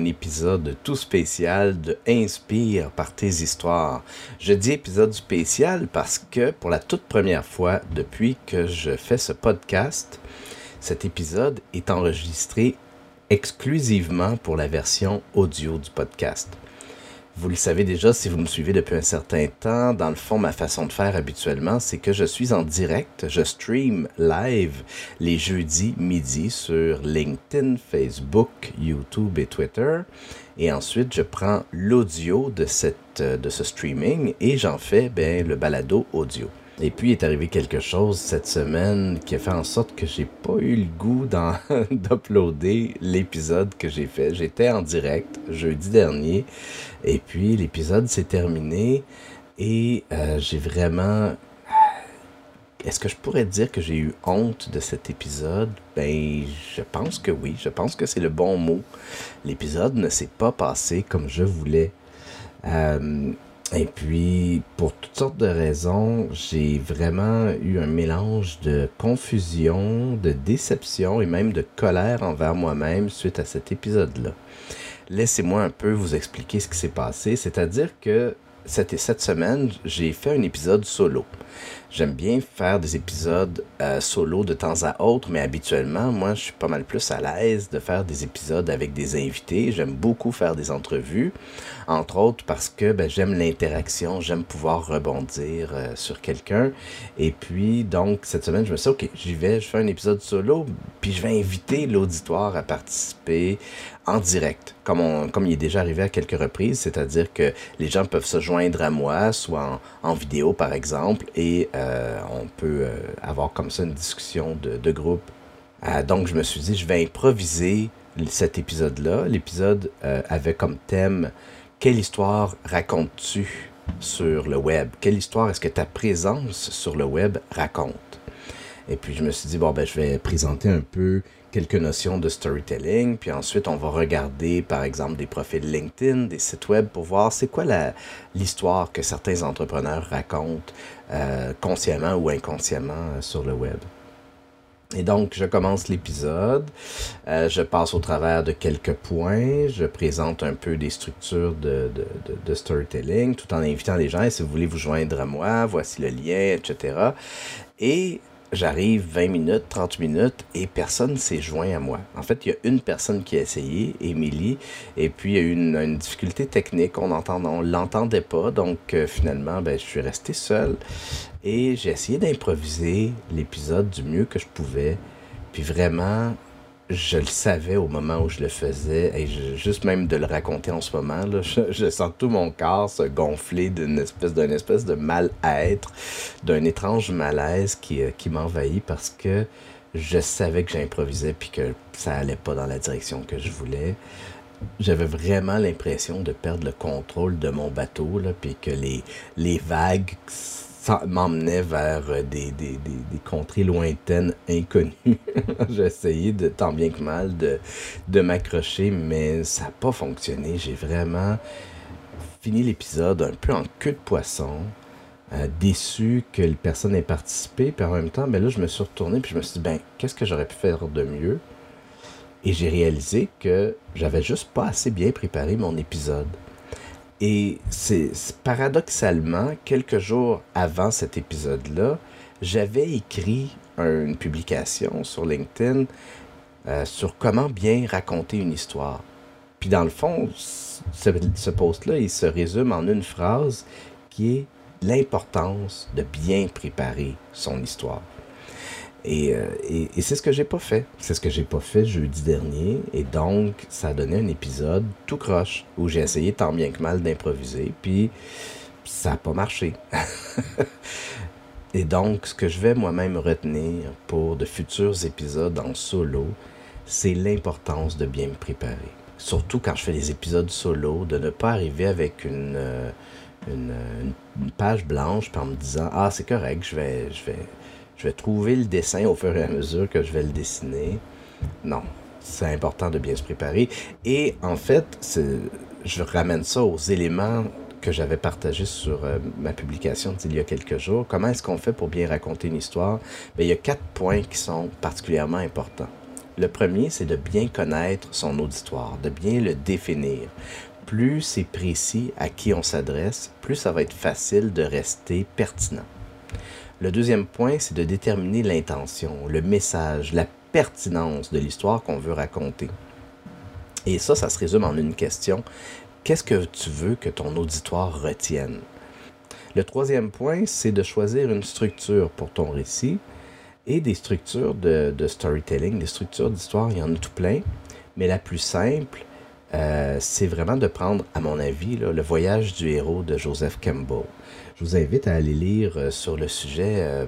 un épisode tout spécial de Inspire par tes histoires. Je dis épisode spécial parce que pour la toute première fois depuis que je fais ce podcast, cet épisode est enregistré exclusivement pour la version audio du podcast. Vous le savez déjà si vous me suivez depuis un certain temps. Dans le fond, ma façon de faire habituellement, c'est que je suis en direct, je stream live les jeudis midi sur LinkedIn, Facebook, YouTube et Twitter. Et ensuite, je prends l'audio de ce streaming et j'en fais le balado audio. Et puis, il est arrivé quelque chose cette semaine qui a fait en sorte que j'ai pas eu le goût d'uploader l'épisode que j'ai fait. J'étais en direct jeudi dernier et puis l'épisode s'est terminé et j'ai vraiment... Est-ce que je pourrais dire que j'ai eu honte de cet épisode? Je pense que oui. Je pense que c'est le bon mot. L'épisode ne s'est pas passé comme je voulais. Et puis, pour toutes sortes de raisons, j'ai vraiment eu un mélange de confusion, de déception et même de colère envers moi-même suite à cet épisode-là. Laissez-moi un peu vous expliquer ce qui s'est passé, c'est-à-dire que cette semaine, j'ai fait un épisode solo. J'aime bien faire des épisodes solo de temps à autre, mais habituellement, moi, je suis pas mal plus à l'aise de faire des épisodes avec des invités. J'aime beaucoup faire des entrevues, entre autres parce que j'aime l'interaction, j'aime pouvoir rebondir sur quelqu'un. Et puis, donc, cette semaine, je me suis dit, OK, j'y vais, je fais un épisode solo, puis je vais inviter l'auditoire à participer en direct, comme il est déjà arrivé à quelques reprises, c'est-à-dire que les gens peuvent se joindre à moi, soit en vidéo par exemple, et on peut avoir comme ça une discussion de groupe. Donc je me suis dit, je vais improviser cet épisode-là. L'épisode avait comme thème « Quelle histoire racontes-tu sur le web? Quelle histoire est-ce que ta présence sur le web raconte? » Et puis je me suis dit, je vais présenter un peu quelques notions de storytelling, puis ensuite on va regarder par exemple des profils LinkedIn, des sites web pour voir c'est quoi l'histoire que certains entrepreneurs racontent consciemment ou inconsciemment sur le web. Et donc, je commence l'épisode, je passe au travers de quelques points, je présente un peu des structures de storytelling, tout en invitant les gens, et si vous voulez vous joindre à moi, voici le lien, etc. Et j'arrive 20 minutes, 30 minutes et personne ne s'est joint à moi. En fait, il y a une personne qui a essayé, Émilie, et puis il y a eu une difficulté technique, on l'entendait pas, donc finalement, je suis resté seul et j'ai essayé d'improviser l'épisode du mieux que je pouvais, puis vraiment... Je le savais au moment où je le faisais, et juste même de le raconter en ce moment, là, je sens tout mon corps se gonfler d'une espèce de mal-être, d'un étrange malaise qui m'envahit parce que je savais que j'improvisais puis que ça allait pas dans la direction que je voulais. J'avais vraiment l'impression de perdre le contrôle de mon bateau, là, puis que les vagues m'emmenait vers des contrées lointaines, inconnues. J'ai essayé tant bien que mal de m'accrocher, mais ça n'a pas fonctionné. J'ai vraiment fini l'épisode un peu en queue de poisson, déçu que personne n'ait participé, puis en même temps, là, je me suis retourné, puis je me suis dit, qu'est-ce que j'aurais pu faire de mieux? Et j'ai réalisé que j'avais juste pas assez bien préparé mon épisode. Et c'est paradoxalement, quelques jours avant cet épisode-là, j'avais écrit une publication sur LinkedIn sur comment bien raconter une histoire. Puis dans le fond, ce post-là, il se résume en une phrase qui est l'importance de bien préparer son histoire. Et c'est ce que j'ai pas fait. C'est ce que j'ai pas fait jeudi dernier. Et donc, ça a donné un épisode tout croche où j'ai essayé tant bien que mal d'improviser. Puis, ça n'a pas marché. Et donc, ce que je vais moi-même retenir pour de futurs épisodes en solo, c'est l'importance de bien me préparer. Surtout quand je fais des épisodes solo, de ne pas arriver avec une page blanche en me disant « Ah, c'est correct, je vais trouver le dessin au fur et à mesure que je vais le dessiner. » Non, c'est important de bien se préparer. Et en fait, je ramène ça aux éléments que j'avais partagés sur ma publication d'il y a quelques jours. Comment est-ce qu'on fait pour bien raconter une histoire? Il y a 4 points qui sont particulièrement importants. Le premier, c'est de bien connaître son auditoire, de bien le définir. Plus c'est précis à qui on s'adresse, plus ça va être facile de rester pertinent. Le deuxième point, c'est de déterminer l'intention, le message, la pertinence de l'histoire qu'on veut raconter. Et ça se résume en une question. Qu'est-ce que tu veux que ton auditoire retienne? Le troisième point, c'est de choisir une structure pour ton récit et des structures de storytelling, des structures d'histoire, il y en a tout plein. Mais la plus simple, c'est vraiment de prendre, à mon avis, là, Le voyage du héros de Joseph Campbell. Je vous invite à aller lire sur le sujet,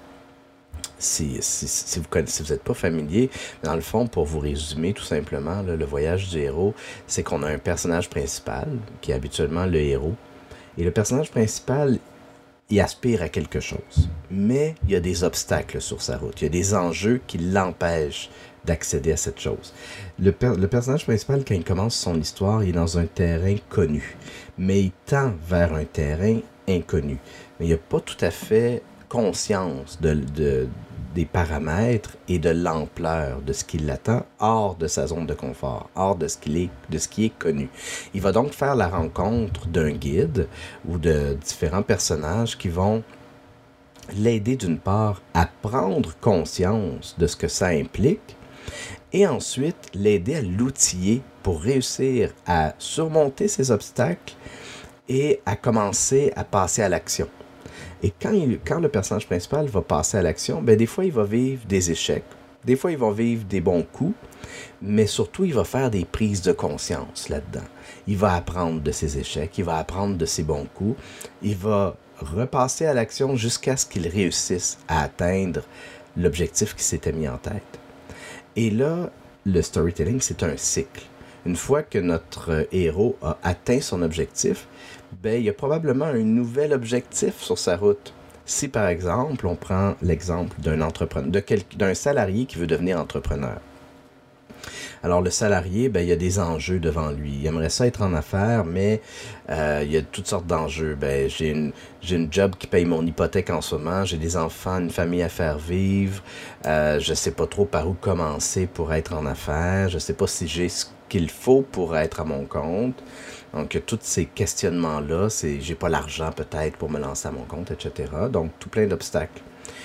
si vous n'êtes pas familier. Dans le fond, pour vous résumer tout simplement, là, Le voyage du héros, c'est qu'on a un personnage principal, qui est habituellement le héros. Et le personnage principal, il aspire à quelque chose. Mais il y a des obstacles sur sa route. Il y a des enjeux qui l'empêchent d'accéder à cette chose. Le personnage principal, quand il commence son histoire, il est dans un terrain connu. Mais il tend vers un terrain inconnu. Mais il n'a pas tout à fait conscience des paramètres et de l'ampleur de ce qui l'attend hors de sa zone de confort, hors de ce qui est connu. Il va donc faire la rencontre d'un guide ou de différents personnages qui vont l'aider d'une part à prendre conscience de ce que ça implique et ensuite l'aider à l'outiller pour réussir à surmonter ces obstacles et à commencer à passer à l'action. Et quand le personnage principal va passer à l'action, ben des fois, il va vivre des échecs. Des fois, il va vivre des bons coups. Mais surtout, il va faire des prises de conscience là-dedans. Il va apprendre de ses échecs. Il va apprendre de ses bons coups. Il va repasser à l'action jusqu'à ce qu'il réussisse à atteindre l'objectif qui s'était mis en tête. Et là, le storytelling, c'est un cycle. Une fois que notre héros a atteint son objectif, ben, il y a probablement un nouvel objectif sur sa route. Si, par exemple, on prend l'exemple d'un entrepreneur, d'un salarié qui veut devenir entrepreneur. Alors, le salarié, ben, il y a des enjeux devant lui. Il aimerait ça être en affaires, mais il y a toutes sortes d'enjeux. Ben, j'ai une job qui paye mon hypothèque en ce moment, j'ai des enfants, une famille à faire vivre, je sais pas trop par où commencer pour être en affaires, je sais pas si j'ai ce qu'il faut pour être à mon compte. Donc, tous ces questionnements-là, j'ai pas l'argent peut-être pour me lancer à mon compte, etc. Donc, tout plein d'obstacles.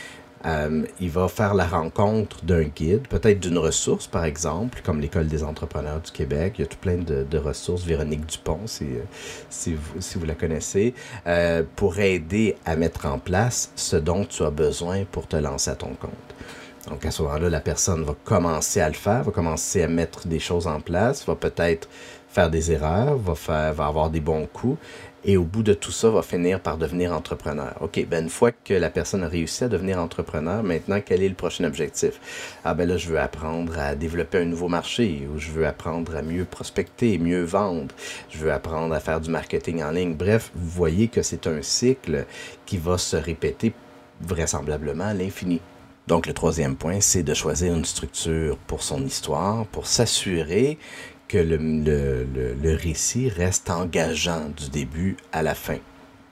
Il va faire la rencontre d'un guide, peut-être d'une ressource, par exemple, comme l'École des entrepreneurs du Québec. Il y a tout plein de ressources. Véronique Dupont, si vous la connaissez, pour aider à mettre en place ce dont tu as besoin pour te lancer à ton compte. Donc, à ce moment-là, la personne va commencer à le faire, va commencer à mettre des choses en place, va peut-être faire des erreurs, va avoir des bons coups, et au bout de tout ça, va finir par devenir entrepreneur. OK, ben une fois que la personne a réussi à devenir entrepreneur, maintenant, quel est le prochain objectif? Ah ben là, je veux apprendre à développer un nouveau marché, ou je veux apprendre à mieux prospecter, mieux vendre, je veux apprendre à faire du marketing en ligne. Bref, vous voyez que c'est un cycle qui va se répéter vraisemblablement à l'infini. Donc, le troisième point, c'est de choisir une structure pour son histoire, pour s'assurer que le récit reste engageant du début à la fin.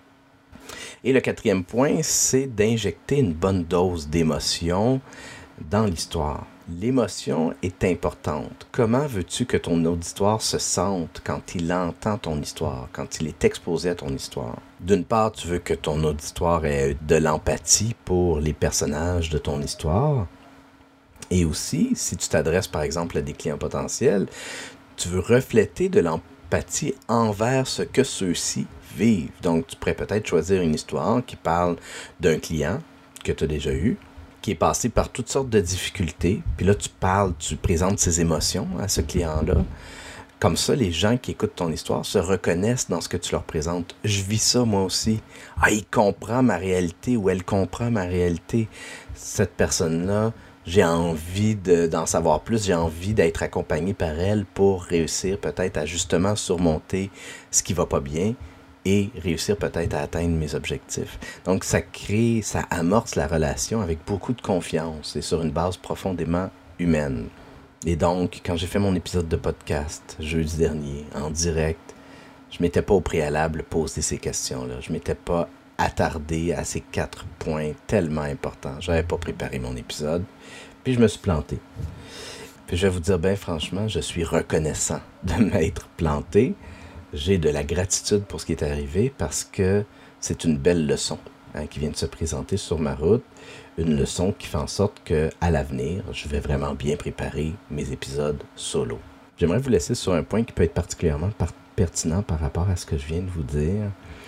Et le quatrième point, c'est d'injecter une bonne dose d'émotion dans l'histoire. L'émotion est importante. Comment veux-tu que ton auditoire se sente quand il entend ton histoire, quand il est exposé à ton histoire? D'une part, tu veux que ton auditoire ait de l'empathie pour les personnages de ton histoire. Et aussi, si tu t'adresses par exemple à des clients potentiels, tu veux refléter de l'empathie envers ce que ceux-ci vivent. Donc, tu pourrais peut-être choisir une histoire qui parle d'un client que tu as déjà eu, qui est passé par toutes sortes de difficultés. Puis là, tu présentes ses émotions à ce client-là. Comme ça, les gens qui écoutent ton histoire se reconnaissent dans ce que tu leur présentes. Je vis ça moi aussi. Ah, il comprend ma réalité ou elle comprend ma réalité. Cette personne-là, j'ai envie d'en savoir plus, j'ai envie d'être accompagné par elle pour réussir peut-être à justement surmonter ce qui va pas bien et réussir peut-être à atteindre mes objectifs. Donc ça amorce la relation avec beaucoup de confiance et sur une base profondément humaine. Et donc, quand j'ai fait mon épisode de podcast jeudi dernier, en direct, je m'étais pas au préalable posé ces questions-là. Je m'étais pas attardé à ces 4 points tellement importants. J'avais pas préparé mon épisode, puis je me suis planté. Puis je vais vous dire, bien franchement, je suis reconnaissant de m'être planté. J'ai de la gratitude pour ce qui est arrivé parce que c'est une belle leçon qui vient de se présenter sur ma route. Une leçon qui fait en sorte qu'à l'avenir, je vais vraiment bien préparer mes épisodes solo. J'aimerais vous laisser sur un point qui peut être particulièrement pertinent par rapport à ce que je viens de vous dire.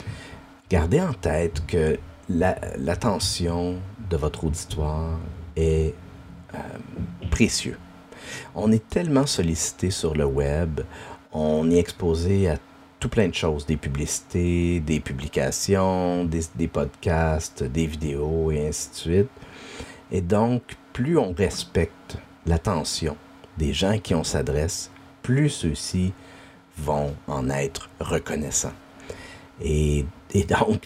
Gardez en tête que l'attention de votre auditoire est précieux. On est tellement sollicité sur le web, on est exposé à tout plein de choses, des publicités, des publications, des podcasts, des vidéos et ainsi de suite. Et donc, plus on respecte l'attention des gens à qui on s'adresse, plus ceux-ci vont en être reconnaissants. Et donc,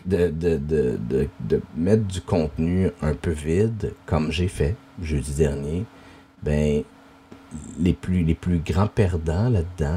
de mettre du contenu un peu vide, comme j'ai fait jeudi dernier, ben les plus grands perdants là-dedans,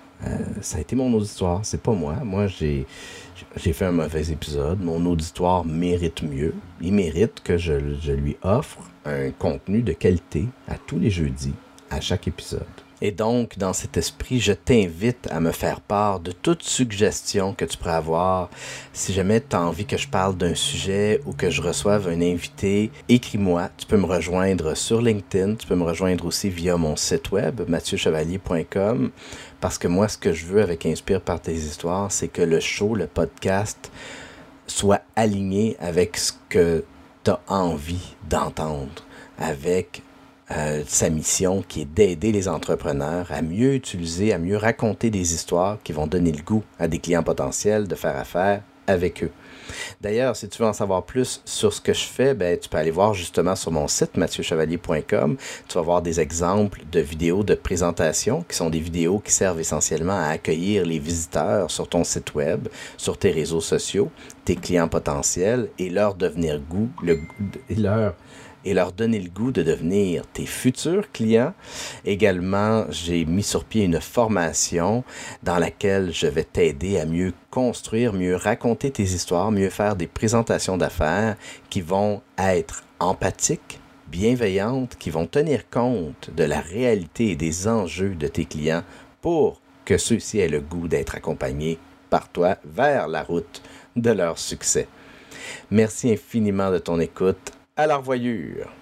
ça a été mon auditoire, c'est pas moi. Moi, j'ai fait un mauvais épisode. Mon auditoire mérite mieux. Il mérite que je lui offre un contenu de qualité à tous les jeudis, à chaque épisode. Et donc, dans cet esprit, je t'invite à me faire part de toute suggestion que tu pourrais avoir. Si jamais tu as envie que je parle d'un sujet ou que je reçoive un invité, écris-moi. Tu peux me rejoindre sur LinkedIn. Tu peux me rejoindre aussi via mon site web, mathieuchevalier.com. Parce que moi, ce que je veux avec Inspire par tes histoires, c'est que le show, le podcast, soit aligné avec ce que tu as envie d'entendre, avec sa mission qui est d'aider les entrepreneurs à mieux utiliser, à mieux raconter des histoires qui vont donner le goût à des clients potentiels de faire affaire avec eux. D'ailleurs, si tu veux en savoir plus sur ce que je fais, ben, tu peux aller voir justement sur mon site mathieuchevalier.com. Tu vas voir des exemples de vidéos de présentation qui sont des vidéos qui servent essentiellement à accueillir les visiteurs sur ton site web, sur tes réseaux sociaux, tes clients potentiels et leur donner le goût de devenir tes futurs clients. Également, j'ai mis sur pied une formation dans laquelle je vais t'aider à mieux construire, mieux raconter tes histoires, mieux faire des présentations d'affaires qui vont être empathiques, bienveillantes, qui vont tenir compte de la réalité et des enjeux de tes clients pour que ceux-ci aient le goût d'être accompagnés par toi vers la route de leur succès. Merci infiniment de ton écoute. À la revoyure!